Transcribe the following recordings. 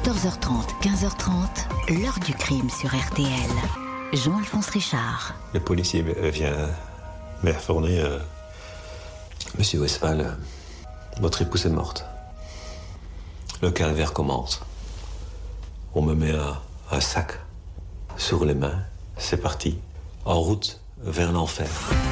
14h30, 15h30, l'heure du crime sur RTL. Jean-Alphonse Richard. Le policier vient m'informer, Monsieur Westphal, votre épouse est morte. Le calvaire commence. On me met un sac sur les mains. C'est parti. En route vers l'enfer.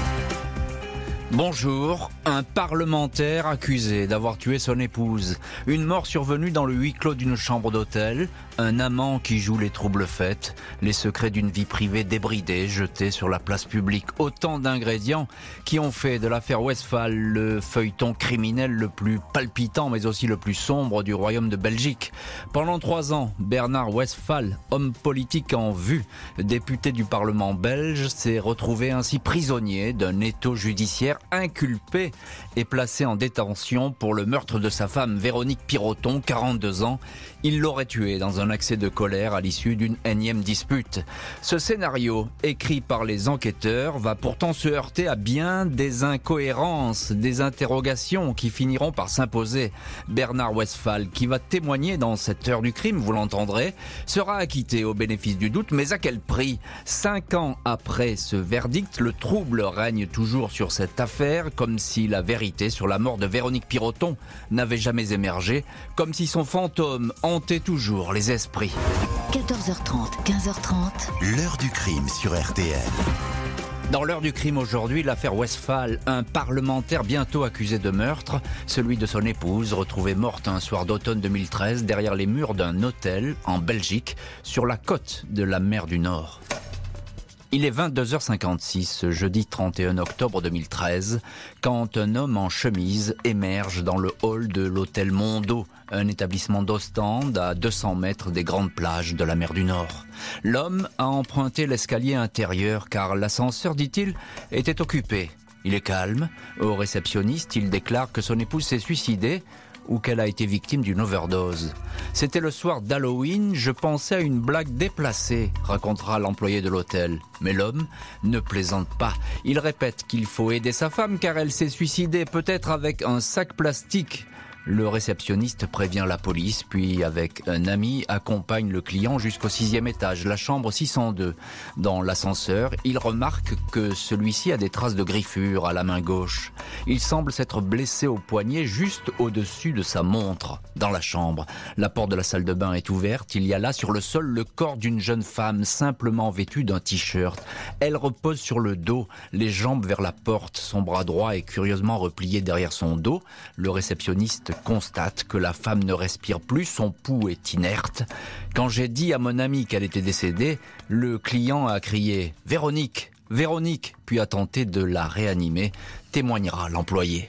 Bonjour, un parlementaire accusé d'avoir tué son épouse. Une mort survenue dans le huis clos d'une chambre d'hôtel. Un amant qui joue les troubles fêtes. Les secrets d'une vie privée débridée, jetés sur la place publique. Autant d'ingrédients qui ont fait de l'affaire Westphal le feuilleton criminel le plus palpitant mais aussi le plus sombre du royaume de Belgique. Pendant 3 ans, Bernard Westphal, homme politique en vue, député du Parlement belge, s'est retrouvé ainsi prisonnier d'un étau judiciaire, inculpé et placé en détention pour le meurtre de sa femme Véronique Piroton, 42 ans. Il l'aurait tuée dans un accès de colère à l'issue d'une énième dispute. Ce scénario, écrit par les enquêteurs, va pourtant se heurter à bien des incohérences, des interrogations qui finiront par s'imposer. Bernard Westphal, qui va témoigner dans cette heure du crime, vous l'entendrez, sera acquitté au bénéfice du doute, mais à quel prix ? 5 ans après ce verdict, le trouble règne toujours sur cette affaire, comme si la vérité sur la mort de Véronique Piroton n'avait jamais émergé, comme si son fantôme hantait toujours les esprits. 14h30, 15h30, l'heure du crime sur RTL. Dans l'heure du crime aujourd'hui, l'affaire Westphal, un parlementaire bientôt accusé de meurtre, celui de son épouse, retrouvée morte un soir d'automne 2013 derrière les murs d'un hôtel en Belgique, sur la côte de la mer du Nord. Il est 22h56, ce jeudi 31 octobre 2013, quand un homme en chemise émerge dans le hall de l'hôtel Mondo, un établissement d'Ostende à 200 mètres des grandes plages de la mer du Nord. L'homme a emprunté l'escalier intérieur car l'ascenseur, dit-il, était occupé. Il est calme. Au réceptionniste, il déclare que son épouse s'est suicidée ou qu'elle a été victime d'une overdose. C'était le soir d'Halloween, je pensais à une blague déplacée, racontera l'employé de l'hôtel. Mais l'homme ne plaisante pas. Il répète qu'il faut aider sa femme car elle s'est suicidée, peut-être avec un sac plastique. Le réceptionniste prévient la police, puis avec un ami accompagne le client jusqu'au 6e étage, la chambre 602. Dans l'ascenseur, il remarque que celui-ci a des traces de griffures à la main gauche. Il semble s'être blessé au poignet juste au-dessus de sa montre. Dans la chambre, la porte de la salle de bain est ouverte. Il y a là sur le sol le corps d'une jeune femme simplement vêtue d'un t-shirt. Elle repose sur le dos, les jambes vers la porte. Son bras droit est curieusement replié derrière son dos. Le réceptionniste constate que la femme ne respire plus, son pouls est inerte. Quand j'ai dit à mon ami qu'elle était décédée, le client a crié « Véronique, Véronique !» puis a tenté de la réanimer, témoignera l'employé.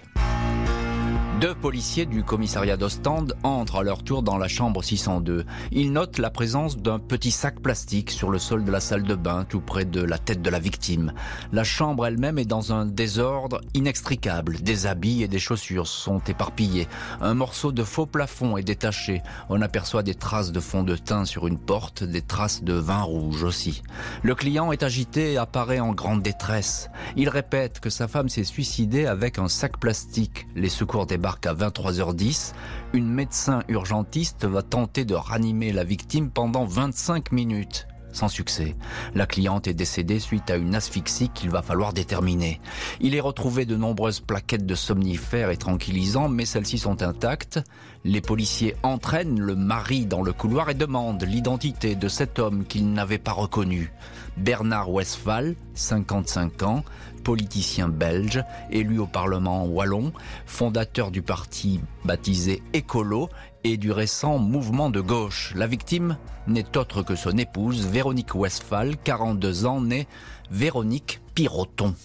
2 policiers du commissariat d'Ostende entrent à leur tour dans la chambre 602. Ils notent la présence d'un petit sac plastique sur le sol de la salle de bain, tout près de la tête de la victime. La chambre elle-même est dans un désordre inextricable. Des habits et des chaussures sont éparpillés. Un morceau de faux plafond est détaché. On aperçoit des traces de fond de teint sur une porte, des traces de vin rouge aussi. Le client est agité et apparaît en grande détresse. Il répète que sa femme s'est suicidée avec un sac plastique. Les secours débarquent à 23h10. Une médecin urgentiste va tenter de ranimer la victime pendant 25 minutes. Sans succès. La cliente est décédée suite à une asphyxie qu'il va falloir déterminer. Il est retrouvé de nombreuses plaquettes de somnifères et tranquillisants, mais celles-ci sont intactes. Les policiers entraînent le mari dans le couloir et demandent l'identité de cet homme qu'ils n'avaient pas reconnu. Bernard Westphal, 55 ans, politicien belge, élu au Parlement wallon, fondateur du parti baptisé Écolo et du récent mouvement de gauche. La victime n'est autre que son épouse, Véronique Westphal, 42 ans, née Véronique Piroton.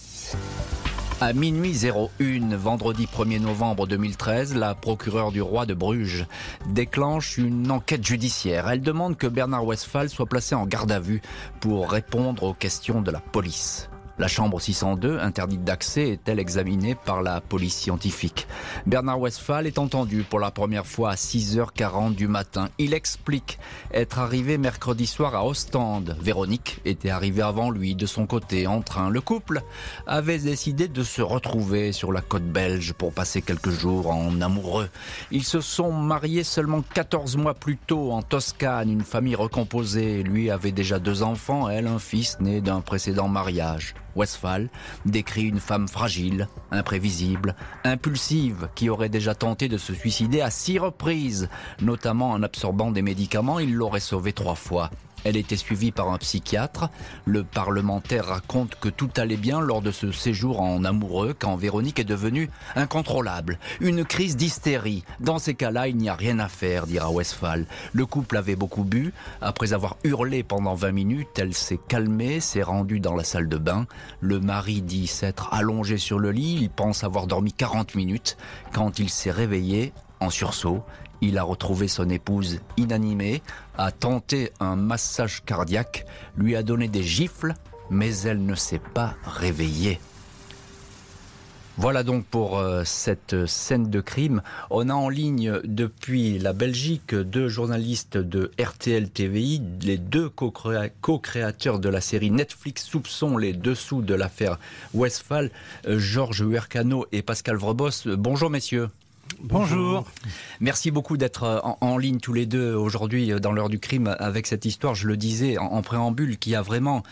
À minuit 01, vendredi 1er novembre 2013, la procureure du roi de Bruges déclenche une enquête judiciaire. Elle demande que Bernard Westphal soit placé en garde à vue pour répondre aux questions de la police. La chambre 602, interdite d'accès, est-elle examinée par la police scientifique. Bernard Westphal est entendu pour la première fois à 6h40 du matin. Il explique être arrivé mercredi soir à Ostende. Véronique était arrivée avant lui, de son côté, en train. Le couple avait décidé de se retrouver sur la côte belge pour passer quelques jours en amoureux. Ils se sont mariés seulement 14 mois plus tôt en Toscane, une famille recomposée. Lui avait déjà 2 enfants, elle un fils né d'un précédent mariage. Westphal décrit une femme fragile, imprévisible, impulsive, qui aurait déjà tenté de se suicider à 6 reprises, notamment en absorbant des médicaments. Il l'aurait sauvée 3 fois. Elle était suivie par un psychiatre. Le parlementaire raconte que tout allait bien lors de ce séjour en amoureux quand Véronique est devenue incontrôlable. Une crise d'hystérie. Dans ces cas-là, il n'y a rien à faire, dira Westphal. Le couple avait beaucoup bu. Après avoir hurlé pendant 20 minutes, elle s'est calmée, s'est rendue dans la salle de bain. Le mari dit s'être allongé sur le lit. Il pense avoir dormi 40 minutes. Quand il s'est réveillé, en sursaut, il a retrouvé son épouse inanimée, a tenté un massage cardiaque, lui a donné des gifles, mais elle ne s'est pas réveillée. Voilà donc pour cette scène de crime. On a en ligne depuis la Belgique 2 journalistes de RTL TVI, les 2 co-créateurs de la série Netflix Soupçon, les dessous de l'affaire Westphal, Georges Huercano et Pascal Vrebos. Bonjour messieurs. Bonjour. Merci beaucoup d'être en ligne tous les deux aujourd'hui dans l'heure du crime avec cette histoire, je le disais en préambule, qui a vraiment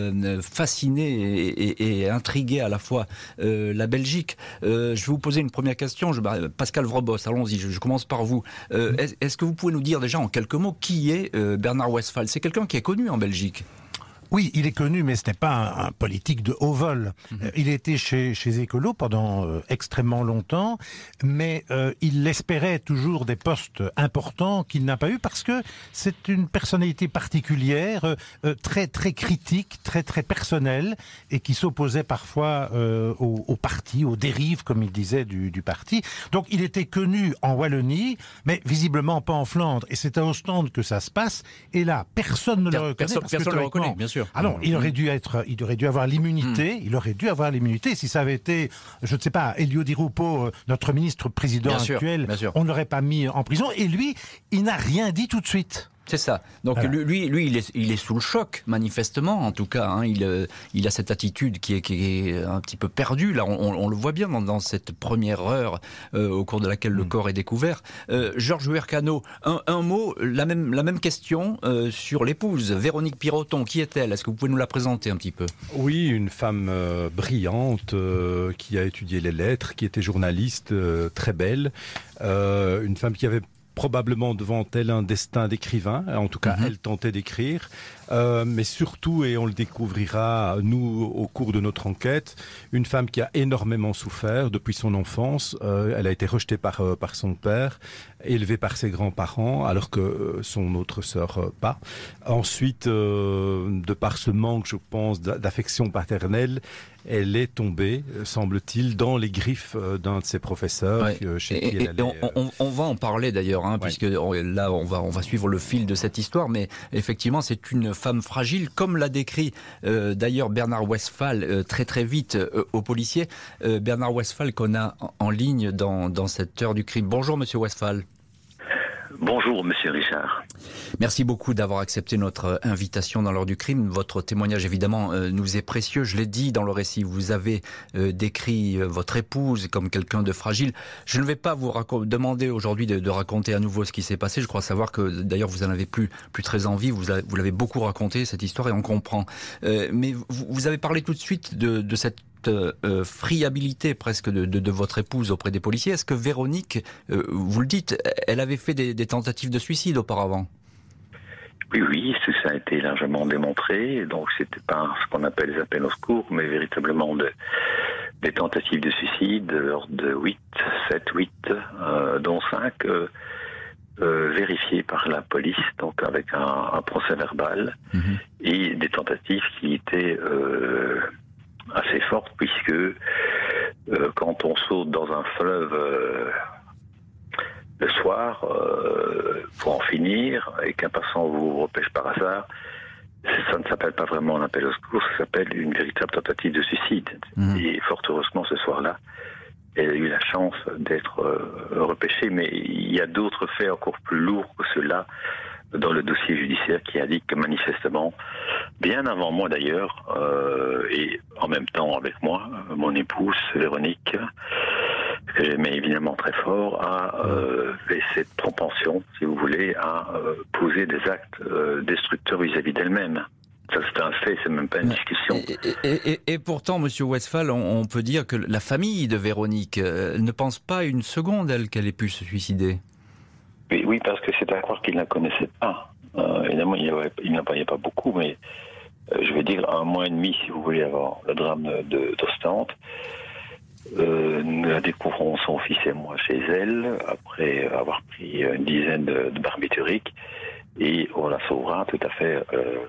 fasciné et intrigué à la fois la Belgique. Je vais vous poser une première question. Pascal Vrebos, allons-y, je commence par vous. Est-ce que vous pouvez nous dire déjà en quelques mots qui est Bernard Westphal ? C'est quelqu'un qui est connu en Belgique. Oui, il est connu, mais ce n'est pas un politique de haut vol. Il était chez Écolo pendant extrêmement longtemps, mais il espérait toujours des postes importants qu'il n'a pas eu parce que c'est une personnalité particulière, très très critique, très très personnelle, et qui s'opposait parfois au parti, aux dérives, comme il disait, du parti. Donc il était connu en Wallonie, mais visiblement pas en Flandre. Et c'est à Ostende que ça se passe. Et là, personne ne le reconnaît. Personne ne le reconnaît, bien sûr. Ah non, il aurait dû avoir l'immunité. Il aurait dû avoir l'immunité. Si ça avait été, je ne sais pas, Elio Di Rupo, notre ministre président actuel, on ne l'aurait pas mis en prison. Et lui, il n'a rien dit tout de suite. C'est ça. Donc voilà. lui il est sous le choc, manifestement, en tout cas. Hein, il a cette attitude qui est un petit peu perdue. Là, on le voit bien dans cette première heure au cours de laquelle le corps est découvert. Georges Huercano, un mot, la même question sur l'épouse, Véronique Piroton. Qui est-elle ? Est-ce que vous pouvez nous la présenter un petit peu ? Oui, une femme brillante qui a étudié les lettres, qui était journaliste, très belle. Une femme qui avait probablement devant elle un destin d'écrivain, en tout cas elle tentait d'écrire, mais surtout, et on le découvrira nous au cours de notre enquête, une femme qui a énormément souffert depuis son enfance. Elle a été rejetée par son père, élevée par ses grands-parents, alors que son autre sœur pas. Ensuite, de par ce manque, je pense, d'affection paternelle, elle est tombée, semble-t-il, dans les griffes d'un de ses professeurs. Chez qui elle allait, on va en parler d'ailleurs, puisque là on va suivre le fil de cette histoire, mais effectivement c'est une femme fragile, comme l'a décrit d'ailleurs Bernard Westphal très très vite aux policiers. Bernard Westphal qu'on a en ligne dans cette heure du crime. Bonjour Monsieur Westphal. Bonjour Monsieur Richard. Merci beaucoup d'avoir accepté notre invitation dans l'heure du crime. Votre témoignage évidemment nous est précieux. Je l'ai dit dans le récit, vous avez décrit votre épouse comme quelqu'un de fragile. Je ne vais pas vous demander aujourd'hui de raconter à nouveau ce qui s'est passé. Je crois savoir que d'ailleurs vous en avez plus très envie. Vous l'avez beaucoup raconté cette histoire et on comprend. Mais vous avez parlé tout de suite de cette friabilité presque de votre épouse auprès des policiers. Est-ce que Véronique, vous le dites, elle avait fait des tentatives de suicide auparavant ? Oui, ça a été largement démontré. Donc c'était pas ce qu'on appelle les appels au secours, mais véritablement des tentatives de suicide, lors de 7, 8, dont 5 vérifiées par la police, donc avec un procès verbal, et des tentatives qui étaient assez forte, puisque quand on saute dans un fleuve le soir pour en finir, et qu'un passant vous repêche par hasard, Ça ne s'appelle pas vraiment un appel au secours, ça s'appelle une véritable tentative de suicide. Et fort heureusement, ce soir-là, elle a eu la chance d'être repêchée, mais il y a d'autres faits encore plus lourds que ceux-là dans le dossier judiciaire qui indique que manifestement, bien avant moi d'ailleurs, et en même temps avec moi, mon épouse Véronique, que j'aimais évidemment très fort, a fait cette propension, si vous voulez, à poser des actes destructeurs vis-à-vis d'elle-même. Ça, c'est un fait, c'est même pas une discussion. Et pourtant, Monsieur Westphal, on peut dire que la famille de Véronique ne pense pas une seconde, elle, qu'elle ait pu se suicider. Oui, parce que c'est à croire qu'il ne la connaissait pas. Évidemment, il n'en parlait pas beaucoup, mais je vais dire 1 mois et demi, si vous voulez, avant le drame d'Ostende. Nous la découvrons, son fils et moi, chez elle, après avoir pris une dizaine de barbituriques, et on la sauvera tout à fait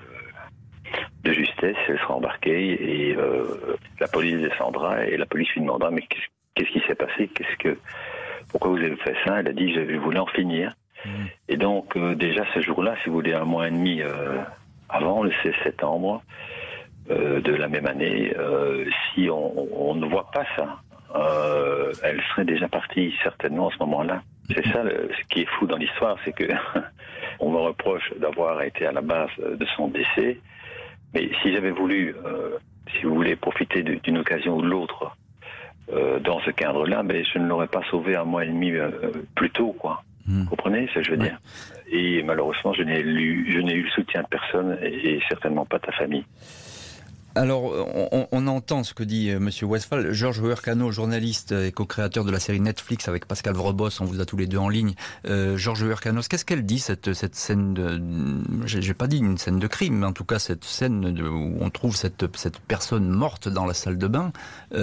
de justesse. Elle sera embarquée, et la police descendra, et la police lui demandera, mais qu'est-ce qui s'est passé? Pourquoi vous avez fait ça? Elle a dit, je voulais en finir. Et donc, déjà ce jour-là, si vous voulez, 1 mois et demi avant, le 16 septembre de la même année, si on ne voit pas ça, elle serait déjà partie certainement à ce moment-là. C'est ça, ce qui est fou dans l'histoire, c'est que on me reproche d'avoir été à la base de son décès, mais si j'avais voulu, si vous voulez, profiter d'une occasion ou de l'autre, dans ce cadre-là, mais je ne l'aurais pas sauvé 1 mois et demi plus tôt, quoi. Vous comprenez ce que je veux dire? Et malheureusement, je n'ai eu le soutien de personne, et certainement pas ta famille. Alors, on entend ce que dit Monsieur Westphal. Georges Huercano, journaliste et co-créateur de la série Netflix avec Pascal Vrobos, on vous a tous les deux en ligne. Georges Huercano, qu'est-ce qu'elle dit, cette scène de... J'ai pas dit une scène de crime, mais en tout cas cette scène où on trouve cette personne morte dans la salle de bain.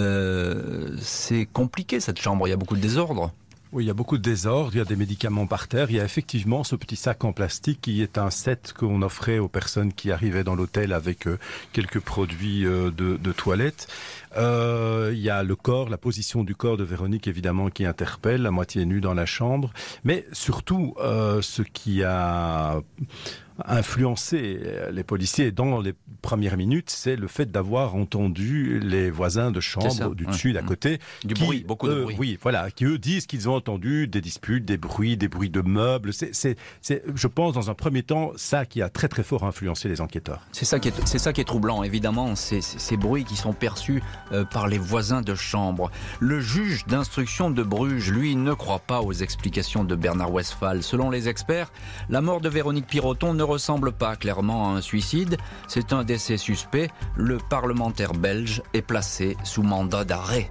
C'est compliqué, cette chambre, il y a beaucoup de désordre. Oui, il y a beaucoup de désordre, il y a des médicaments par terre, il y a effectivement ce petit sac en plastique qui est un set qu'on offrait aux personnes qui arrivaient dans l'hôtel avec quelques produits de toilette. Il y a le corps, la position du corps de Véronique évidemment qui interpelle, la moitié nue dans la chambre, mais surtout ce qui a influencé les policiers dans les premières minutes, c'est le fait d'avoir entendu les voisins de chambre du dessus, d'à côté. Bruit, beaucoup de bruit. Oui, voilà, qui eux disent qu'ils ont entendu des disputes, des bruits de meubles. C'est, je pense, dans un premier temps, ça qui a très très fort influencé les enquêteurs. C'est ça qui est troublant, évidemment, ces bruits qui sont perçus par les voisins de chambre. Le juge d'instruction de Bruges, lui, ne croit pas aux explications de Bernard Westphal. Selon les experts, la mort de Véronique Piroton ne ressemble pas clairement à un suicide. C'est un décès suspect. Le parlementaire belge est placé sous mandat d'arrêt.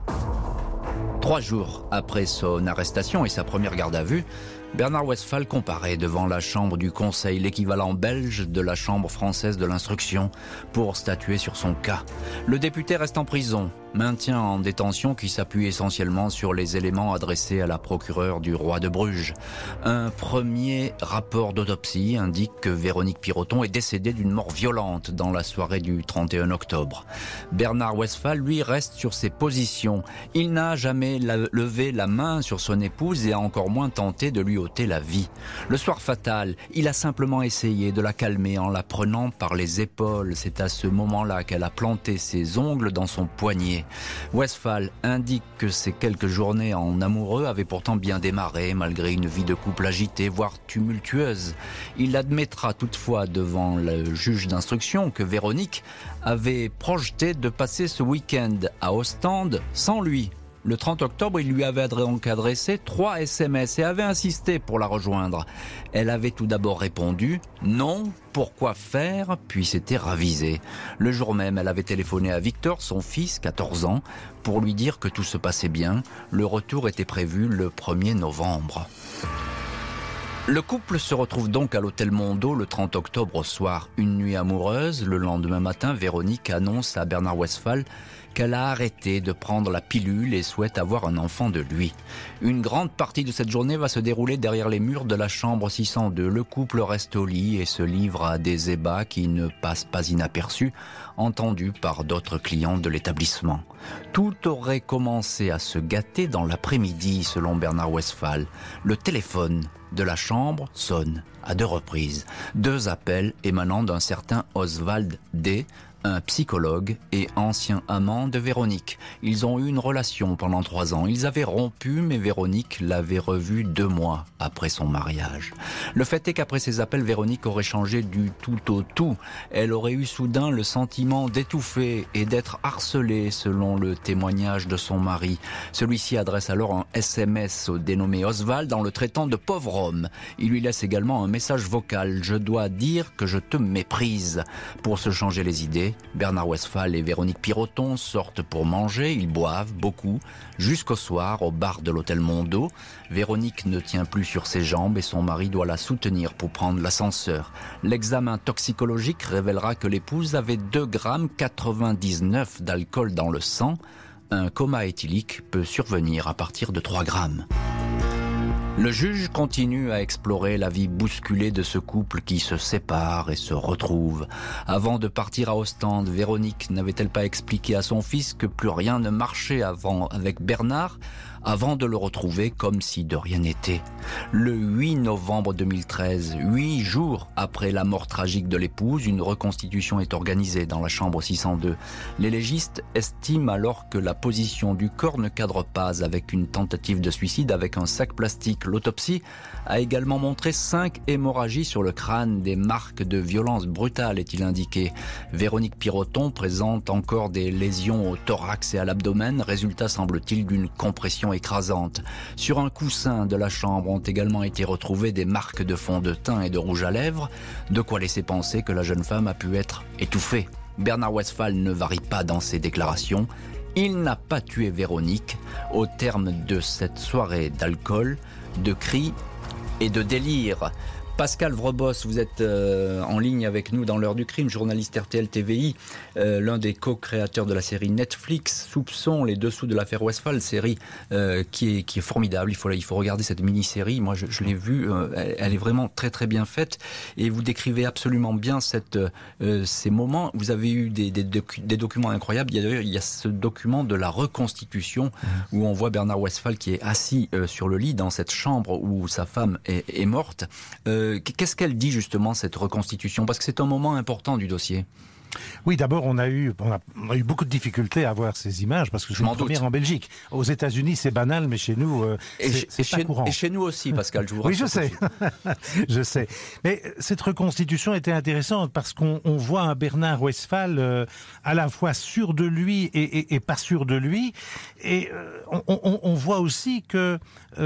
3 jours après son arrestation et sa première garde à vue, Bernard Westphal comparaît devant la chambre du Conseil, l'équivalent belge de la chambre française de l'instruction, pour statuer sur son cas. Le député reste en prison, maintien en détention qui s'appuie essentiellement sur les éléments adressés à la procureure du roi de Bruges. Un premier rapport d'autopsie indique que Véronique Piroton est décédée d'une mort violente dans la soirée du 31 octobre. Bernard Westphal, lui, reste sur ses positions. Il n'a jamais levé la main sur son épouse et a encore moins tenté de lui ôter la vie. Le soir fatal, il a simplement essayé de la calmer en la prenant par les épaules. C'est à ce moment-là qu'elle a planté ses ongles dans son poignet. Westphal indique que ces quelques journées en amoureux avaient pourtant bien démarré, malgré une vie de couple agitée, voire tumultueuse. Il admettra toutefois devant le juge d'instruction que Véronique avait projeté de passer ce week-end à Ostende sans lui. Le 30 octobre, il lui avait donc adressé 3 SMS et avait insisté pour la rejoindre. Elle avait tout d'abord répondu « Non, pourquoi faire ?» puis s'était ravisée. Le jour même, elle avait téléphoné à Victor, son fils, 14 ans, pour lui dire que tout se passait bien. Le retour était prévu le 1er novembre. Le couple se retrouve donc à l'hôtel Mondo le 30 octobre au soir. Une nuit amoureuse. Le lendemain matin, Véronique annonce à Bernard Westphal qu'elle a arrêté de prendre la pilule et souhaite avoir un enfant de lui. Une grande partie de cette journée va se dérouler derrière les murs de la chambre 602. Le couple reste au lit et se livre à des ébats qui ne passent pas inaperçus, entendus par d'autres clients de l'établissement. Tout aurait commencé à se gâter dans l'après-midi, selon Bernard Westphal. Le téléphone de la chambre sonne à 2 reprises. 2 appels émanant d'un certain Oswald D., un psychologue et ancien amant de Véronique. Ils ont eu une relation pendant 3 ans. Ils avaient rompu, mais Véronique l'avait revu 2 mois après son mariage. Le fait est qu'après ces appels, Véronique aurait changé du tout au tout. Elle aurait eu soudain le sentiment d'étouffer et d'être harcelée, selon le témoignage de son mari. Celui-ci adresse alors un SMS au dénommé Oswald en le traitant de pauvre homme. Il lui laisse également un message vocal. « Je dois dire que je te méprise ». Pour se changer les idées, Bernard Westphal et Véronique Piroton sortent pour manger, ils boivent beaucoup, jusqu'au soir au bar de l'hôtel Mondo. Véronique ne tient plus sur ses jambes et son mari doit la soutenir pour prendre l'ascenseur. L'examen toxicologique révélera que l'épouse avait 2,99 g d'alcool dans le sang. Un coma éthylique peut survenir à partir de 3 grammes. Le juge continue à explorer la vie bousculée de ce couple qui se sépare et se retrouve. Avant de partir à Ostende, Véronique n'avait-elle pas expliqué à son fils que plus rien ne marchait avec Bernard, avant de le retrouver comme si de rien n'était. Le 8 novembre 2013, 8 jours après la mort tragique de l'épouse, une reconstitution est organisée dans la chambre 602. Les légistes estiment alors que la position du corps ne cadre pas avec une tentative de suicide avec un sac plastique. L'autopsie a également montré 5 hémorragies sur le crâne, des marques de violence brutale, est-il indiqué. Véronique Piroton présente encore des lésions au thorax et à l'abdomen, résultat semble-t-il d'une compression écrasante. Sur un coussin de la chambre ont également été retrouvées des marques de fond de teint et de rouge à lèvres, de quoi laisser penser que la jeune femme a pu être étouffée. Bernard Westphal ne varie pas dans ses déclarations. Il n'a pas tué Véronique au terme de cette soirée d'alcool, de cris et de délire. Pascal Vrebos, vous êtes en ligne avec nous dans l'heure du crime, journaliste RTL TVI, l'un des co-créateurs de la série Netflix Soupçon, les dessous de l'affaire Westphal, série qui est formidable. Il faut regarder cette mini-série. Moi, je l'ai vue, elle est vraiment très très bien faite et vous décrivez absolument bien ces moments. Vous avez eu des documents incroyables. Il y a ce document de la reconstitution où on voit Bernard Westphal qui est assis sur le lit dans cette chambre où sa femme est morte. Qu'est-ce qu'elle dit justement, cette reconstitution? Parce que c'est un moment important du dossier. Oui, d'abord, on a eu beaucoup de difficultés à voir ces images parce que c'est une première en Belgique. Aux États-Unis, c'est banal, mais chez nous, c'est pas courant. Et chez nous aussi, Pascal, je vous rassure. Oui, je sais. Je sais. Mais cette reconstitution était intéressante parce qu'on voit un Bernard Westphal à la fois sûr de lui et pas sûr de lui. Et on voit aussi que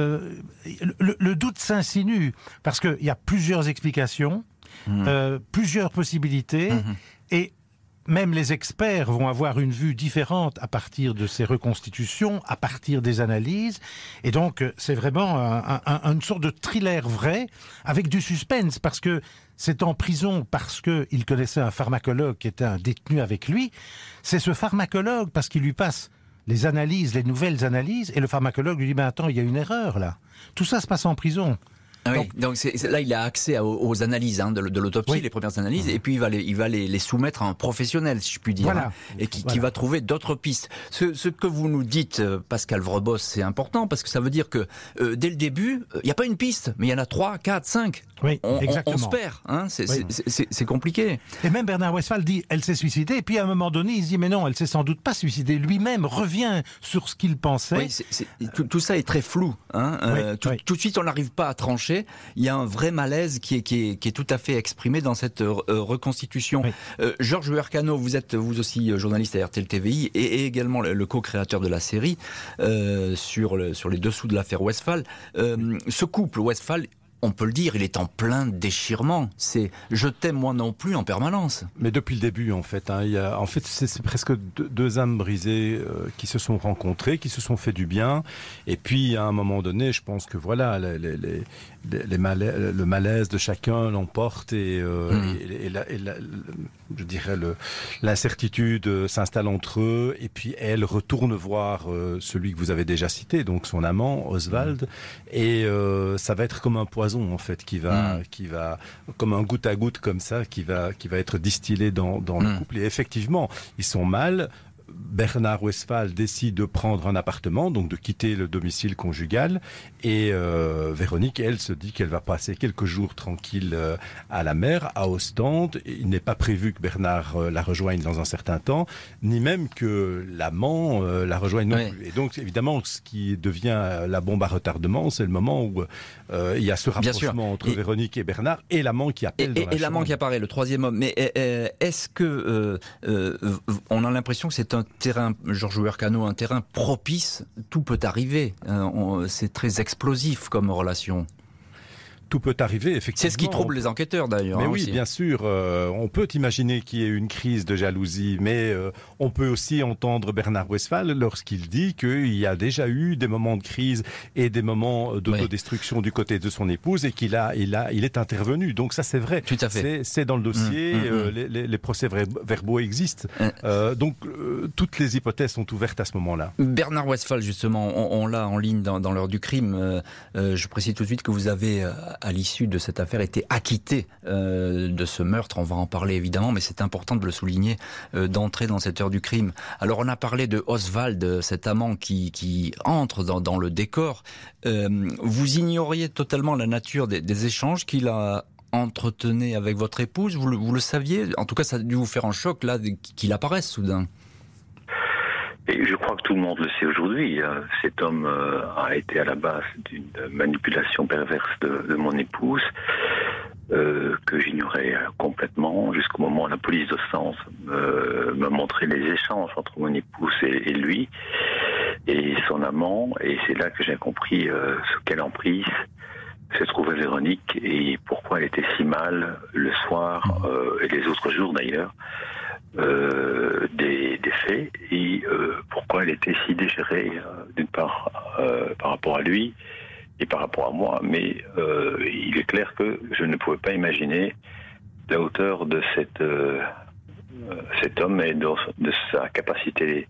le doute s'insinue parce qu'il y a plusieurs explications, plusieurs possibilités, et même les experts vont avoir une vue différente à partir de ces reconstitutions, à partir des analyses. Et donc, c'est vraiment une sorte de thriller vrai, avec du suspense, parce que c'est en prison parce qu'il connaissait un pharmacologue qui était un détenu avec lui. C'est ce pharmacologue, parce qu'il lui passe les analyses, les nouvelles analyses, et le pharmacologue lui dit « Mais attends, il y a une erreur là. Tout ça se passe en prison. » Oui, donc là il a accès aux analyses de l'autopsie, oui. Les premières analyses, et puis il va les soumettre à un professionnel, si je puis dire, voilà. Et qui va trouver d'autres pistes. Ce que vous nous dites, Pascal Vrebos, c'est important, parce que ça veut dire que dès le début, il n'y a pas une piste, mais il y en a 3, 4, 5. Oui, exactement. On se perd, hein, c'est compliqué. Et même Bernard Westphal dit elle s'est suicidée, et puis à un moment donné il se dit mais non, elle s'est sans doute pas suicidée. Lui-même revient sur ce qu'il pensait. Oui, tout ça est très flou, hein. Tout de suite on n'arrive pas à trancher. Il y a un vrai malaise qui est tout à fait exprimé dans cette reconstitution. Oui. Georges Huercano, vous êtes vous aussi journaliste à RTL TVI et également le co-créateur de la série sur les dessous de l'affaire Westphal. Ce couple Westphal, on peut le dire, il est en plein déchirement. C'est « je t'aime moi non plus » en permanence. Mais depuis le début, en fait, c'est presque deux âmes brisées qui se sont rencontrées, qui se sont fait du bien. Et puis, à un moment donné, je pense que voilà, le malaise de chacun l'emporte et je dirais l'incertitude s'installe entre eux. Et puis, elle retourne voir celui que vous avez déjà cité, donc son amant, Oswald. Et ça va être comme un poison, en fait, qui va, comme un goutte à goutte comme ça, qui va être distillé dans le couple. Et effectivement, ils sont mal. Bernard Westphal décide de prendre un appartement, donc de quitter le domicile conjugal. Et Véronique, elle, se dit qu'elle va passer quelques jours tranquilles à la mer, à Ostende. Il n'est pas prévu que Bernard la rejoigne dans un certain temps, ni même que l'amant la rejoigne non plus. Et donc, évidemment, ce qui devient la bombe à retardement, c'est le moment où il y a ce rapprochement entre Véronique et Bernard, et l'amant qui appelle dans la chambre. Et l'amant qui apparaît, le troisième homme. Mais est-ce que on a l'impression que c'est un terrain, Georges Huercano, un terrain propice, tout peut arriver. C'est très explosif comme relation. Tout peut arriver, effectivement. C'est ce qui trouble les enquêteurs, d'ailleurs. Mais oui, aussi. Bien sûr. On peut imaginer qu'il y ait une crise de jalousie, mais on peut aussi entendre Bernard Westphal lorsqu'il dit qu'il y a déjà eu des moments de crise et des moments d'autodestruction du côté de son épouse et qu'il est intervenu. Donc ça, c'est vrai. Tout à fait. C'est dans le dossier. Les procès verbaux existent. Donc toutes les hypothèses sont ouvertes à ce moment-là. Bernard Westphal, justement, on l'a en ligne dans l'heure du crime. Je précise tout de suite que vous avez à l'issue de cette affaire, été acquitté de ce meurtre. On va en parler évidemment, mais c'est important de le souligner d'entrer dans cette heure du crime. Alors on a parlé de Oswald, cet amant qui entre dans le décor. Vous ignoriez totalement la nature des échanges qu'il a entretenus avec votre épouse. Vous le saviez? En tout cas, ça a dû vous faire un choc là qu'il apparaisse soudain. Et je crois que tout le monde le sait aujourd'hui. Cet homme a été à la base d'une manipulation perverse de mon épouse, que j'ignorais complètement, jusqu'au moment où la police d'Ostende m'a montré les échanges entre mon épouse et lui, et son amant, et c'est là que j'ai compris sous quelle emprise se trouvait Véronique, et pourquoi elle était si mal le soir, et les autres jours d'ailleurs, des faits, et pourquoi elle était si dégérée d'une part par rapport à lui et par rapport à moi, mais il est clair que je ne pouvais pas imaginer la hauteur de cet homme et de sa capacité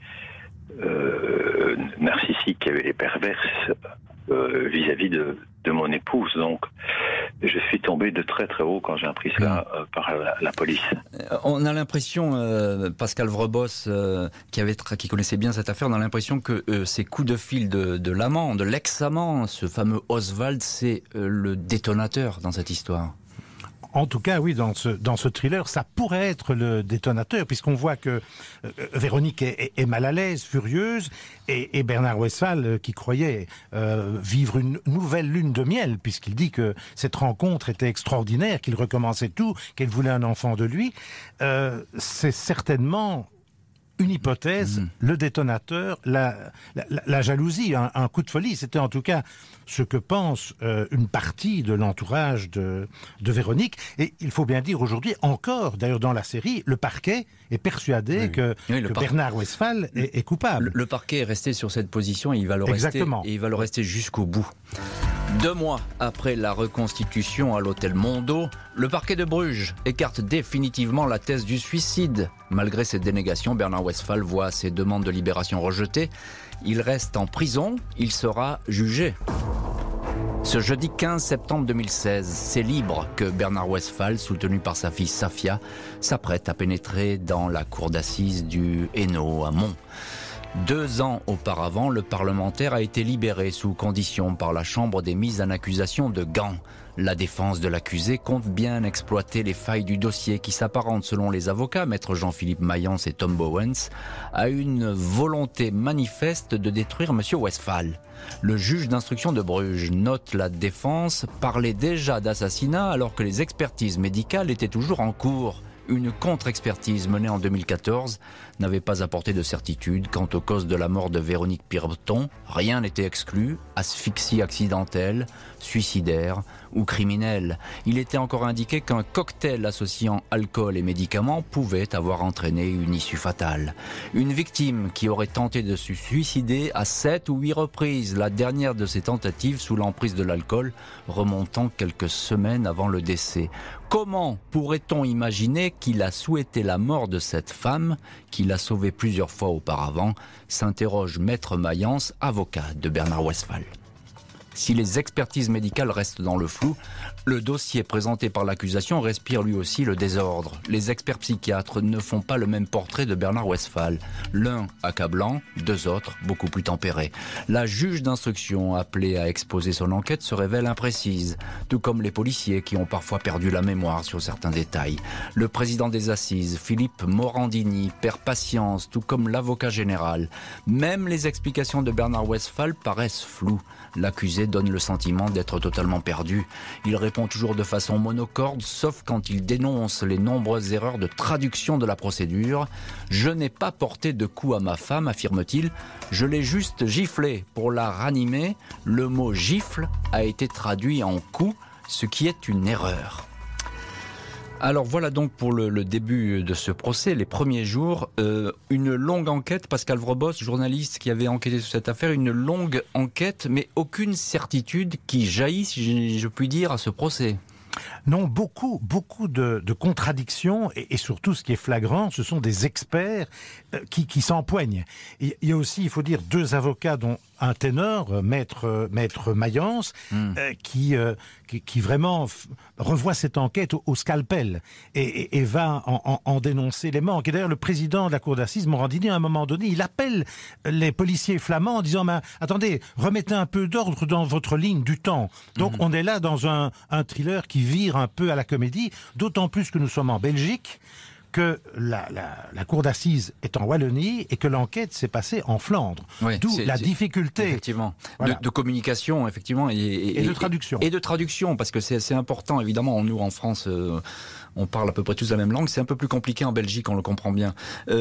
narcissique et perverse vis-à-vis de mon épouse. Donc je suis tombé de très très haut quand j'ai appris cela par la police. On a l'impression, Pascal Vrebos, qui connaissait bien cette affaire, on a l'impression que ces coups de fil de l'amant, de l'ex-amant, ce fameux Oswald, c'est le détonateur dans cette histoire. En tout cas, oui, dans ce thriller, ça pourrait être le détonateur, puisqu'on voit que Véronique est mal à l'aise, furieuse, et Bernard Westphal, qui croyait vivre une nouvelle lune de miel, puisqu'il dit que cette rencontre était extraordinaire, qu'il recommençait tout, qu'elle voulait un enfant de lui, c'est certainement une hypothèse, le détonateur, la jalousie, un coup de folie. C'était en tout cas ce que pense une partie de l'entourage de Véronique. Et il faut bien dire aujourd'hui, encore, d'ailleurs dans la série, le parquet est persuadé que Bernard Westphal est coupable. Le parquet est resté sur cette position et il va le rester, et il va le rester jusqu'au bout. 2 mois après la reconstitution à l'hôtel Mondo, le parquet de Bruges écarte définitivement la thèse du suicide. Malgré ses dénégations, Bernard Westphal voit ses demandes de libération rejetées. Il reste en prison, il sera jugé. Ce jeudi 15 septembre 2016, c'est libre que Bernard Westphal, soutenu par sa fille Safia, s'apprête à pénétrer dans la cour d'assises du Hainaut à Mons. 2 ans auparavant, le parlementaire a été libéré sous condition par la Chambre des mises en accusation de Gand. La défense de l'accusé compte bien exploiter les failles du dossier qui s'apparente, selon les avocats, maître Jean-Philippe Mayence et Tom Bowens, à une volonté manifeste de détruire M. Westphal. Le juge d'instruction de Bruges note la défense parlait déjà d'assassinat alors que les expertises médicales étaient toujours en cours. Une contre-expertise menée en 2014 n'avait pas apporté de certitude quant aux causes de la mort de Véronique Pireton. Rien n'était exclu, asphyxie accidentelle, suicidaire ou criminel. Il était encore indiqué qu'un cocktail associant alcool et médicaments pouvait avoir entraîné une issue fatale. Une victime qui aurait tenté de se suicider à 7 ou 8 reprises, la dernière de ces tentatives sous l'emprise de l'alcool remontant quelques semaines avant le décès. Comment pourrait-on imaginer qu'il a souhaité la mort de cette femme qu'il a sauvée plusieurs fois auparavant, s'interroge Maître Mayence, avocat de Bernard Westphal. Si les expertises médicales restent dans le flou, le dossier présenté par l'accusation respire lui aussi le désordre. Les experts psychiatres ne font pas le même portrait de Bernard Westphal. L'un accablant, deux autres beaucoup plus tempérés. La juge d'instruction appelée à exposer son enquête se révèle imprécise, tout comme les policiers qui ont parfois perdu la mémoire sur certains détails. Le président des assises, Philippe Morandini, perd patience, tout comme l'avocat général. Même les explications de Bernard Westphal paraissent floues. L'accusé donne le sentiment d'être totalement perdu. Il répond toujours de façon monocorde, sauf quand il dénonce les nombreuses erreurs de traduction de la procédure. « Je n'ai pas porté de coup à ma femme », affirme-t-il. « Je l'ai juste giflée pour la ranimer. Le mot « gifle » a été traduit en « coup », ce qui est une erreur. » Alors voilà donc pour le début de ce procès, les premiers jours, une longue enquête. Pascal Vrobos, journaliste qui avait enquêté sur cette affaire, une longue enquête, mais aucune certitude qui jaillit, si je puis dire, à ce procès. Non, beaucoup de contradictions et surtout ce qui est flagrant, ce sont des experts qui s'empoignent. Il y a aussi, il faut dire, deux avocats dont un ténor, maître Mayence, qui vraiment revoit cette enquête au scalpel et va en dénoncer les manques. Et d'ailleurs, le président de la cour d'assises, Morandini, à un moment donné, il appelle les policiers flamands en disant « Attendez, remettez un peu d'ordre dans votre ligne du temps ». Donc on est là dans un thriller qui vire un peu à la comédie, d'autant plus que nous sommes en Belgique, que la cour d'assises est en Wallonie et que l'enquête s'est passée en Flandre. Oui, d'où la difficulté effectivement, voilà. de communication effectivement, et de traduction. Et de traduction, parce que c'est important, évidemment, nous en France... on parle à peu près tous la même langue, c'est un peu plus compliqué en Belgique, on le comprend bien.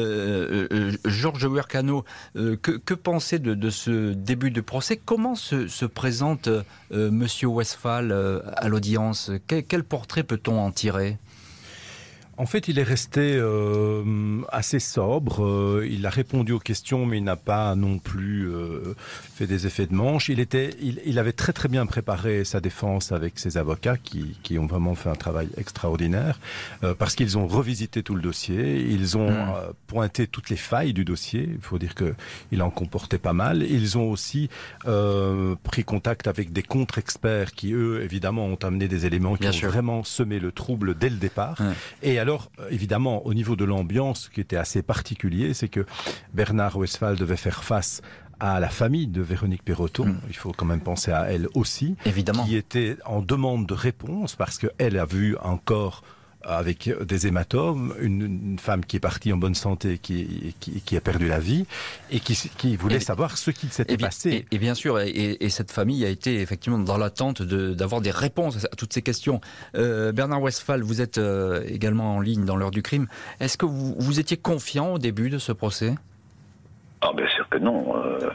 Georges Wercano, que pensez de ce début de procès? Comment se présente Monsieur Westphal à l'audience? Quel portrait peut-on en tirer? En fait, il est resté assez sobre. Il a répondu aux questions, mais il n'a pas non plus fait des effets de manche. Il avait très très bien préparé sa défense avec ses avocats qui ont vraiment fait un travail extraordinaire parce qu'ils ont revisité tout le dossier. Ils ont pointé toutes les failles du dossier. Il faut dire qu'il en comportait pas mal. Ils ont aussi pris contact avec des contre-experts qui, eux, évidemment, ont amené des éléments qui ont vraiment semé le trouble dès le départ. Et alors, évidemment, au niveau de l'ambiance, ce qui était assez particulier, c'est que Bernard Westphal devait faire face à la famille de Véronique Perrotto. Il faut quand même penser à elle aussi. Évidemment. Qui était en demande de réponse parce qu'elle a vu un corps avec des hématomes, une femme qui est partie en bonne santé, qui a perdu la vie, et qui voulait savoir ce qui s'était passé. Et bien sûr, et cette famille a été effectivement dans l'attente d'avoir des réponses à toutes ces questions. Bernard Westphal, vous êtes également en ligne dans l'heure du crime. Est-ce que vous étiez confiant au début de ce procès? Ah, bien sûr que non.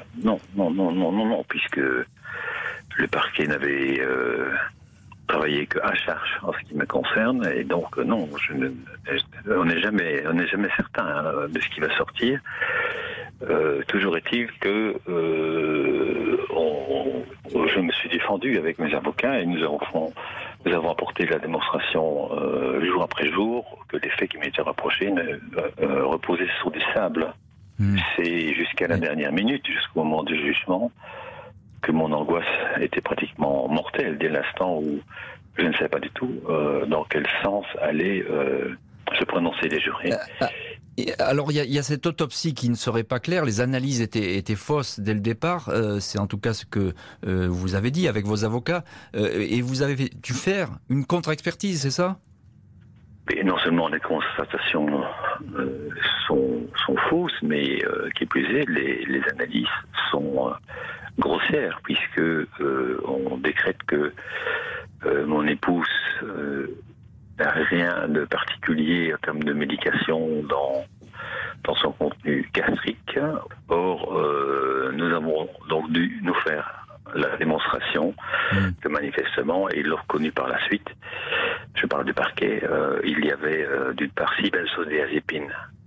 Non, puisque le parquet n'avait... travailler qu'à charge en ce qui me concerne, et donc non, on n'est jamais certain de ce qui va sortir. Toujours est-il que je me suis défendu avec mes avocats et nous avons apporté la démonstration jour après jour que les faits qui m'étaient rapprochés reposaient sur du sable. C'est jusqu'à la dernière minute, jusqu'au moment du jugement, que mon angoisse était pratiquement mortelle dès l'instant où je ne savais pas du tout dans quel sens allaient se prononcer les jurés. Alors il y a cette autopsie qui ne serait pas claire, les analyses étaient fausses dès le départ, c'est en tout cas ce que vous avez dit avec vos avocats, et vous avez dû faire une contre-expertise, c'est ça? Et non seulement les constatations sont fausses, mais qui plus est, les analyses sont grossières, puisque on décrète que mon épouse n'a rien de particulier en termes de médication dans son contenu gastrique. Or, nous avons donc dû nous faire la démonstration que manifestement, et ils l'ont reconnu par la suite, je parle du parquet, il y avait d'une part 6 benzodiazépines,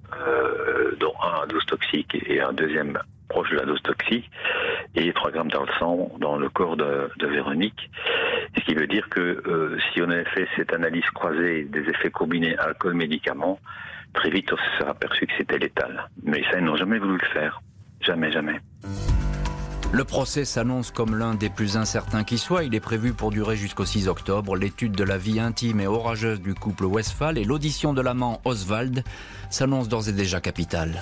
dont un à dose toxique et un deuxième proche de la dose toxique, et 3 grammes dans le sang, dans le corps de Véronique. Ce qui veut dire que si on avait fait cette analyse croisée des effets combinés alcool-médicaments, très vite on se sera aperçu que c'était létal. Mais ça, ils n'ont jamais voulu le faire. Jamais, jamais. Le procès s'annonce comme l'un des plus incertains qui soit. Il est prévu pour durer jusqu'au 6 octobre. L'étude de la vie intime et orageuse du couple Westphal et l'audition de l'amant Oswald s'annoncent d'ores et déjà capitales.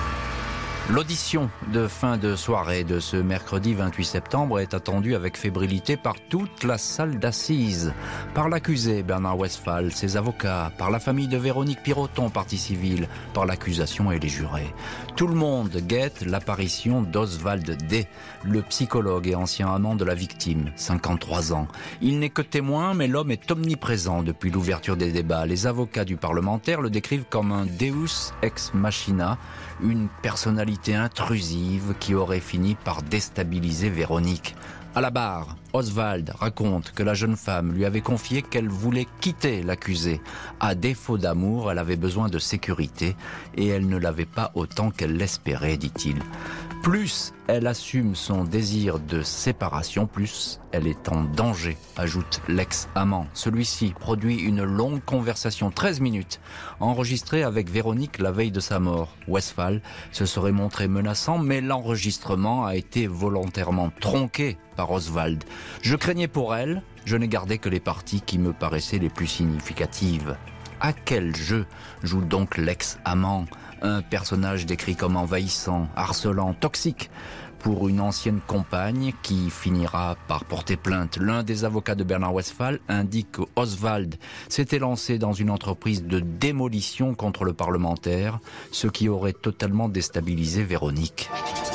L'audition de fin de soirée de ce mercredi 28 septembre est attendue avec fébrilité par toute la salle d'assises. Par l'accusé Bernard Westphal, ses avocats, par la famille de Véronique Piroton, partie civile, par l'accusation et les jurés. Tout le monde guette l'apparition d'Oswald D., le psychologue et ancien amant de la victime, 53 ans. Il n'est que témoin, mais l'homme est omniprésent depuis l'ouverture des débats. Les avocats du parlementaire le décrivent comme un deus ex machina, une personnalité intrusive qui aurait fini par déstabiliser Véronique. À la barre, Oswald raconte que la jeune femme lui avait confié qu'elle voulait quitter l'accusé. À défaut d'amour, elle avait besoin de sécurité et elle ne l'avait pas autant qu'elle l'espérait, dit-il. Plus elle assume son désir de séparation, plus elle est en danger, ajoute l'ex-amant. Celui-ci produit une longue conversation, 13 minutes, enregistrée avec Véronique la veille de sa mort. Westphal se serait montré menaçant, mais l'enregistrement a été volontairement tronqué par Oswald. Je craignais pour elle, je n'ai gardé que les parties qui me paraissaient les plus significatives. À quel jeu joue donc l'ex-amant ? Un personnage décrit comme envahissant, harcelant, toxique pour une ancienne compagne qui finira par porter plainte. L'un des avocats de Bernard Westphal indique qu'Oswald s'était lancé dans une entreprise de démolition contre le parlementaire, ce qui aurait totalement déstabilisé Véronique.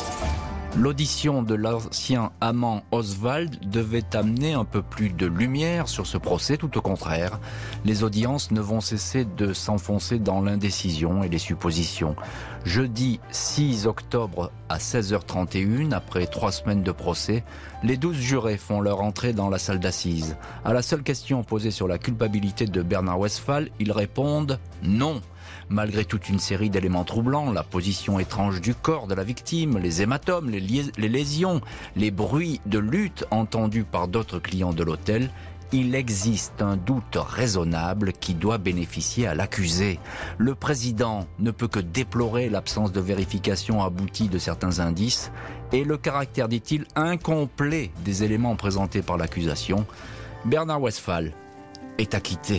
L'audition de l'ancien amant Oswald devait amener un peu plus de lumière sur ce procès, tout au contraire. Les audiences ne vont cesser de s'enfoncer dans l'indécision et les suppositions. Jeudi 6 octobre à 16h31, après 3 semaines de procès, les 12 jurés font leur entrée dans la salle d'assises. À la seule question posée sur la culpabilité de Bernard Westphal, ils répondent « non ». Malgré toute une série d'éléments troublants, la position étrange du corps de la victime, les hématomes, les lésions, les bruits de lutte entendus par d'autres clients de l'hôtel, il existe un doute raisonnable qui doit bénéficier à l'accusé. Le président ne peut que déplorer l'absence de vérification aboutie de certains indices et le caractère, dit-il, incomplet des éléments présentés par l'accusation. Bernard Westphal est acquitté.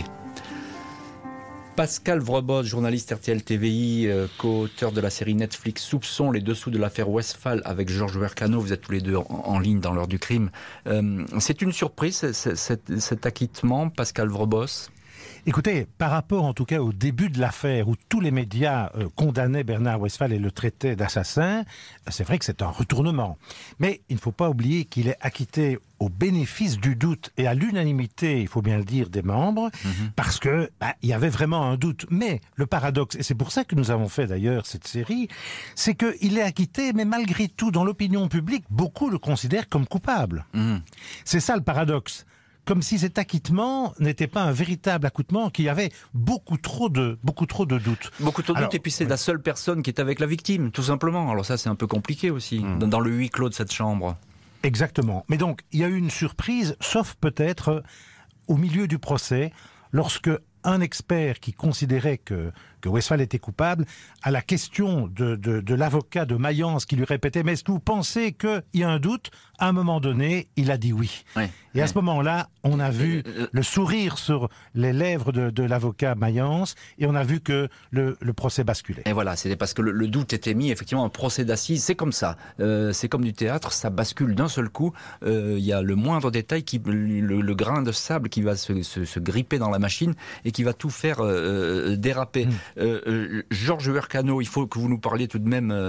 Pascal Vrebos, journaliste RTL TVI, co-auteur de la série Netflix Soupçon, les dessous de l'affaire Westphal avec Georges Wercano, vous êtes tous les deux en ligne dans l'heure du crime. C'est une surprise cet acquittement, Pascal Vrebos ? Écoutez, par rapport en tout cas au début de l'affaire où tous les médias condamnaient Bernard Westphal et le traitaient d'assassin, c'est vrai que c'est un retournement. Mais il ne faut pas oublier qu'il est acquitté au bénéfice du doute et à l'unanimité, il faut bien le dire, des membres, parce que il y avait vraiment un doute. Mais le paradoxe, et c'est pour ça que nous avons fait d'ailleurs cette série, c'est qu'il est acquitté, mais malgré tout, dans l'opinion publique, beaucoup le considèrent comme coupable. C'est ça le paradoxe. Comme si cet acquittement n'était pas un véritable acquittement, qu'il y avait beaucoup trop de doutes. Beaucoup trop de doutes, et puis c'est la seule personne qui est avec la victime, tout simplement. Alors ça, c'est un peu compliqué aussi, dans le huis clos de cette chambre. Exactement. Mais donc, il y a eu une surprise, sauf peut-être au milieu du procès, lorsque un expert qui considérait que Westphal était coupable, à la question de l'avocat de Mayence qui lui répétait « Mais est-ce que vous pensez qu'il y a un doute ?» À un moment donné, il a dit oui. Et à ce moment-là, on a vu le sourire sur les lèvres de l'avocat Mayence et on a vu que le procès basculait. Et voilà, c'était parce que le doute était mis, effectivement, un procès d'assises, c'est comme ça. C'est comme du théâtre, ça bascule d'un seul coup. Il y a le moindre détail, le grain de sable qui va se gripper dans la machine et qui va tout faire déraper. Georges Wercano, il faut que vous nous parliez tout de même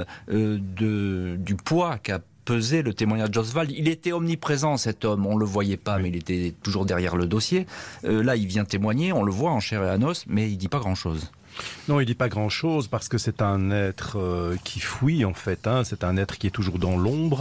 du poids qu'a pesé le témoignage d'Oswald. Il était omniprésent, cet homme, on ne le voyait pas, mais il était toujours derrière le dossier. Là, il vient témoigner, on le voit en chair et en os, mais il ne dit pas grand-chose. Non, il dit pas grand-chose parce que c'est un être qui fuit en fait. C'est un être qui est toujours dans l'ombre.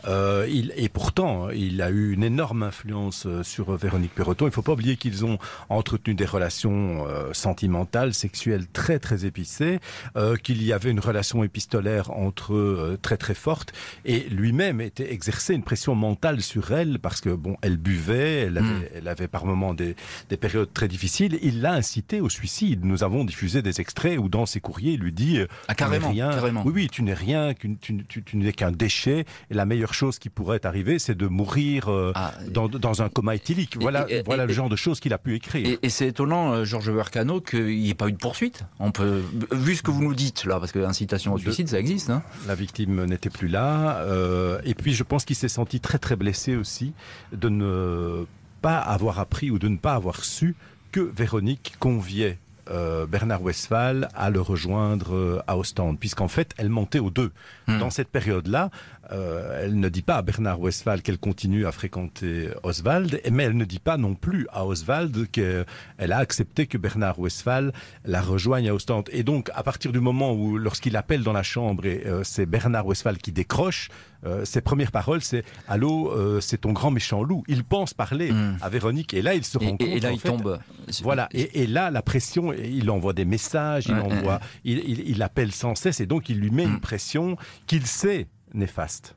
Et pourtant, il a eu une énorme influence sur Véronique Piroton. Il faut pas oublier qu'ils ont entretenu des relations sentimentales, sexuelles très très épicées, qu'il y avait une relation épistolaire entre eux très très forte. Et lui-même était exercé une pression mentale sur elle parce que bon, elle buvait, elle avait par moments des périodes très difficiles. Il l'a incité au suicide. Nous avons diffusé des extraits où dans ses courriers il lui dit carrément. Oui, tu n'es rien, tu n'es qu'un déchet et la meilleure chose qui pourrait arriver c'est de mourir dans un coma éthylique. Voilà le genre de choses qu'il a pu écrire. Et c'est étonnant, Georges Bercano, qu'il n'y ait pas eu de poursuite. On peut, vu ce que vous nous dites là, parce que l'incitation au suicide ça existe. La victime n'était plus là et puis je pense qu'il s'est senti très très blessé aussi de ne pas avoir appris ou de ne pas avoir su que Véronique conviait Bernard Westphal à le rejoindre à Ostende, puisqu'en fait elle mentait aux deux. Dans cette période-là, elle ne dit pas à Bernard Westphal qu'elle continue à fréquenter Oswald, mais elle ne dit pas non plus à Oswald qu'elle a accepté que Bernard Westphal la rejoigne à Ostende. Et donc à partir du moment où, lorsqu'il appelle dans la chambre et c'est Bernard Westphal qui décroche, ses premières paroles c'est « Allô, c'est ton grand méchant loup ». Il pense parler à Véronique et là il se rend compte. Et là il tombe. Voilà, et là la pression, il envoie des messages, il appelle sans cesse et donc il lui met une pression qu'il sait néfaste.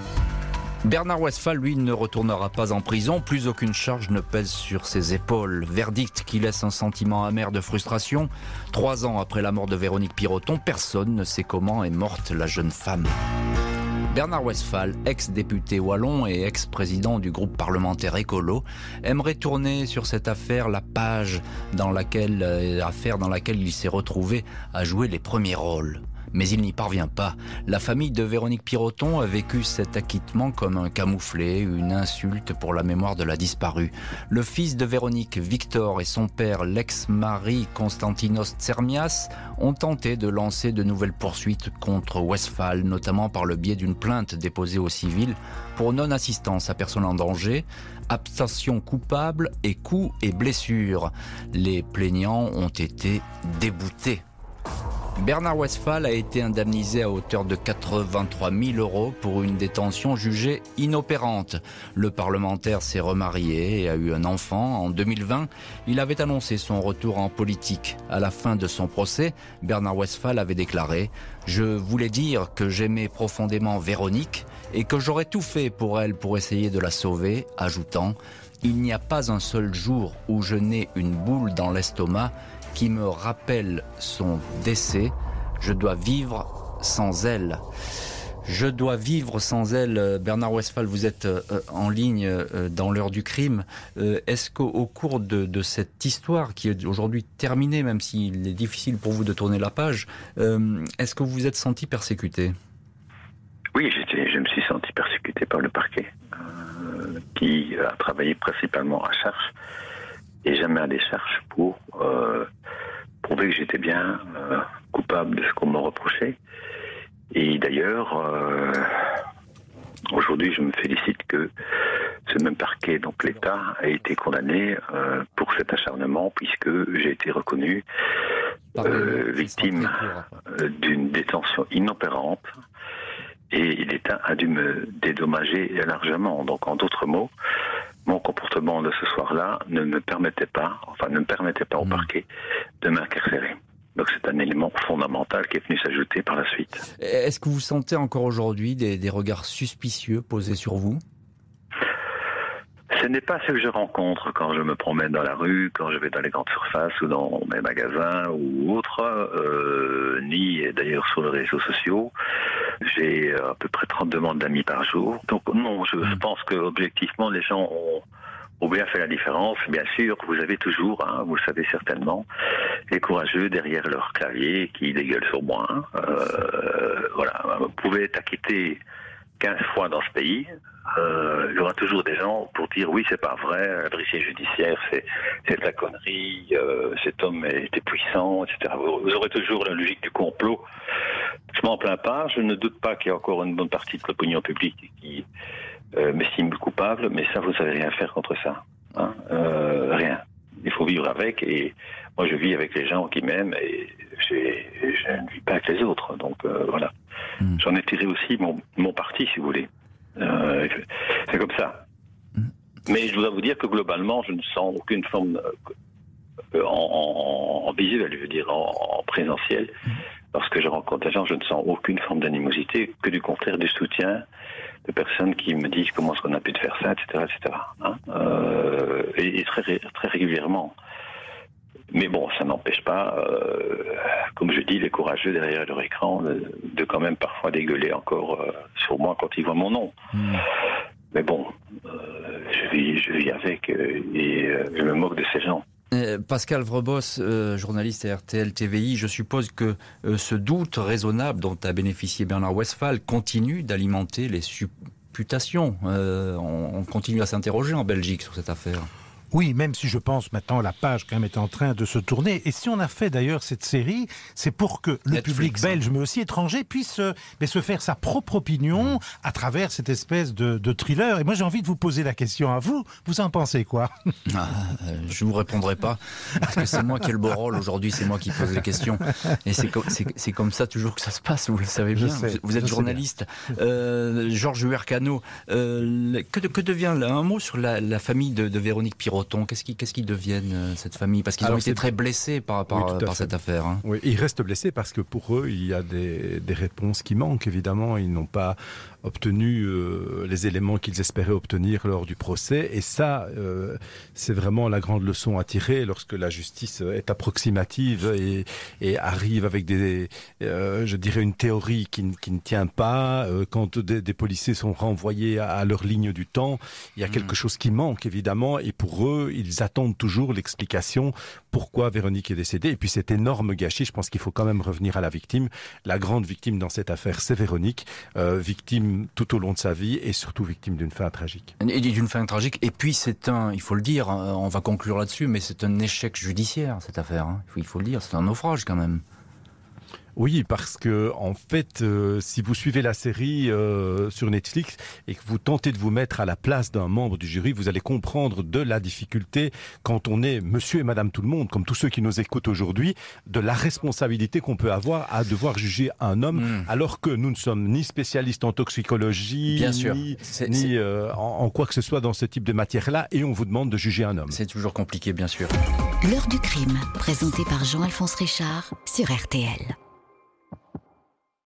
Bernard Westphal, lui, ne retournera pas en prison. Plus aucune charge ne pèse sur ses épaules. Verdict qui laisse un sentiment amer de frustration. 3 ans après la mort de Véronique Piroton, personne ne sait comment est morte la jeune femme. Bernard Westphal, ex-député wallon et ex-président du groupe parlementaire écolo, aimerait tourner sur cette affaire la page dans laquelle il s'est retrouvé à jouer les premiers rôles. Mais il n'y parvient pas. La famille de Véronique Piroton a vécu cet acquittement comme un camouflet, une insulte pour la mémoire de la disparue. Le fils de Véronique, Victor, et son père, l'ex-mari Konstantinos Tsermias, ont tenté de lancer de nouvelles poursuites contre Westphal, notamment par le biais d'une plainte déposée au civil pour non-assistance à personne en danger, abstention coupable et coups et blessures. Les plaignants ont été déboutés. Bernard Westphal a été indemnisé à hauteur de 83 000 € pour une détention jugée inopérante. Le parlementaire s'est remarié et a eu un enfant. En 2020, il avait annoncé son retour en politique. À la fin de son procès, Bernard Westphal avait déclaré « Je voulais dire que j'aimais profondément Véronique et que j'aurais tout fait pour elle pour essayer de la sauver », ajoutant « Il n'y a pas un seul jour où je n'ai une boule dans l'estomac qui me rappelle son décès. Je dois vivre sans elle. » Je dois vivre sans elle. Bernard Westphal, vous êtes en ligne dans l'heure du crime. Est-ce qu'au cours de cette histoire, qui est aujourd'hui terminée, même s'il est difficile pour vous de tourner la page, est-ce que vous vous êtes senti persécuté ? Oui, je me suis senti persécuté par le parquet, qui a travaillé principalement à charge et jamais à décharge pour prouver que j'étais bien coupable de ce qu'on me reprochait. Et d'ailleurs, aujourd'hui, je me félicite que ce même parquet, donc l'État, a été condamné pour cet acharnement, puisque j'ai été reconnu victime d'une détention inopérante, et l'État a dû me dédommager largement. Donc, en d'autres mots, mon comportement de ce soir-là ne me permettait pas au parquet de m'incarcérer. Donc c'est un élément fondamental qui est venu s'ajouter par la suite. Est-ce que vous sentez encore aujourd'hui des regards suspicieux posés sur vous ? Ce n'est pas ce que je rencontre quand je me promène dans la rue, quand je vais dans les grandes surfaces ou dans mes magasins ou autres, ni d'ailleurs sur les réseaux sociaux. J'ai à peu près 30 demandes d'amis par jour. Donc non, je pense que objectivement les gens ont bien fait la différence. Bien sûr, vous avez toujours, vous le savez certainement, les courageux derrière leur clavier qui dégueulent sur moi. Voilà, vous pouvez être acquitté 15 fois dans ce pays. Il y aura toujours des gens pour dire oui, c'est pas vrai, la policier judiciaire, c'est de la connerie, cet homme était puissant, etc. Vous aurez toujours la logique du complot. Je m'en plains pas, je ne doute pas qu'il y a encore une bonne partie de l'opinion publique qui m'estime coupable, mais ça, vous savez rien faire contre ça. Rien. Il faut vivre avec, et moi je vis avec les gens qui m'aiment, et je ne vis pas avec les autres. Donc voilà. J'en ai tiré aussi mon parti, si vous voulez. C'est comme ça. Mais je dois vous dire que globalement, je ne sens aucune forme en visuel, je veux dire, en présentiel. Lorsque je rencontre des gens, je ne sens aucune forme d'animosité, que du contraire, du soutien de personnes qui me disent comment est-ce qu'on a pu te faire ça, etc., etc. Hein, et très régulièrement. Mais bon, ça n'empêche pas, comme je dis, les courageux derrière leur écran de quand même parfois dégueuler encore sur moi quand ils voient mon nom. Mais bon, je vis avec et je me moque de ces gens. Pascal Vrebos, journaliste à RTL TVI, je suppose que ce doute raisonnable dont a bénéficié Bernard Westphal continue d'alimenter les supputations. On continue à s'interroger en Belgique sur cette affaire. Oui, même si je pense maintenant la page quand même est en train de se tourner. Et si on a fait d'ailleurs cette série, c'est pour que le public belge, mais aussi étranger, puisse se faire sa propre opinion à travers cette espèce de thriller. Et moi j'ai envie de vous poser la question à vous. Vous en pensez quoi? Je ne vous répondrai pas, parce que c'est moi qui ai le beau rôle aujourd'hui, c'est moi qui pose les questions. Et c'est comme ça toujours que ça se passe, vous le savez bien. Vous êtes journaliste. Georges Huercano, que devient un mot sur la famille de Véronique Piroton? Qu'est-ce qu'ils deviennent, cette famille? Parce qu'ils ont été très blessés par cette affaire. Hein. Oui, ils restent blessés parce que pour eux, il y a des réponses qui manquent, évidemment. Ils n'ont pas obtenu les éléments qu'ils espéraient obtenir lors du procès. Et ça, c'est vraiment la grande leçon à tirer lorsque la justice est approximative et arrive avec je dirais, une théorie qui ne tient pas. Quand des policiers sont renvoyés à leur ligne du temps, il y a quelque chose qui manque, évidemment. Et pour eux, ils attendent toujours l'explication pourquoi Véronique est décédée. Et puis cet énorme gâchis, je pense qu'il faut quand même revenir à la victime. La grande victime dans cette affaire, c'est Véronique, victime tout au long de sa vie et surtout victime d'une fin tragique. Et d'une fin tragique. Et puis il faut le dire, on va conclure là-dessus, mais c'est un échec judiciaire, cette affaire. Hein. Il faut le dire, c'est un naufrage quand même. Oui, parce que en fait, si vous suivez la série sur Netflix et que vous tentez de vous mettre à la place d'un membre du jury, vous allez comprendre de la difficulté quand on est monsieur et madame tout le monde, comme tous ceux qui nous écoutent aujourd'hui, de la responsabilité qu'on peut avoir à devoir juger un homme, alors que nous ne sommes ni spécialistes en toxicologie, ni en quoi que ce soit dans ce type de matière-là, et on vous demande de juger un homme. C'est toujours compliqué, bien sûr. L'heure du crime, présenté par Jean-Alphonse Richard sur RTL.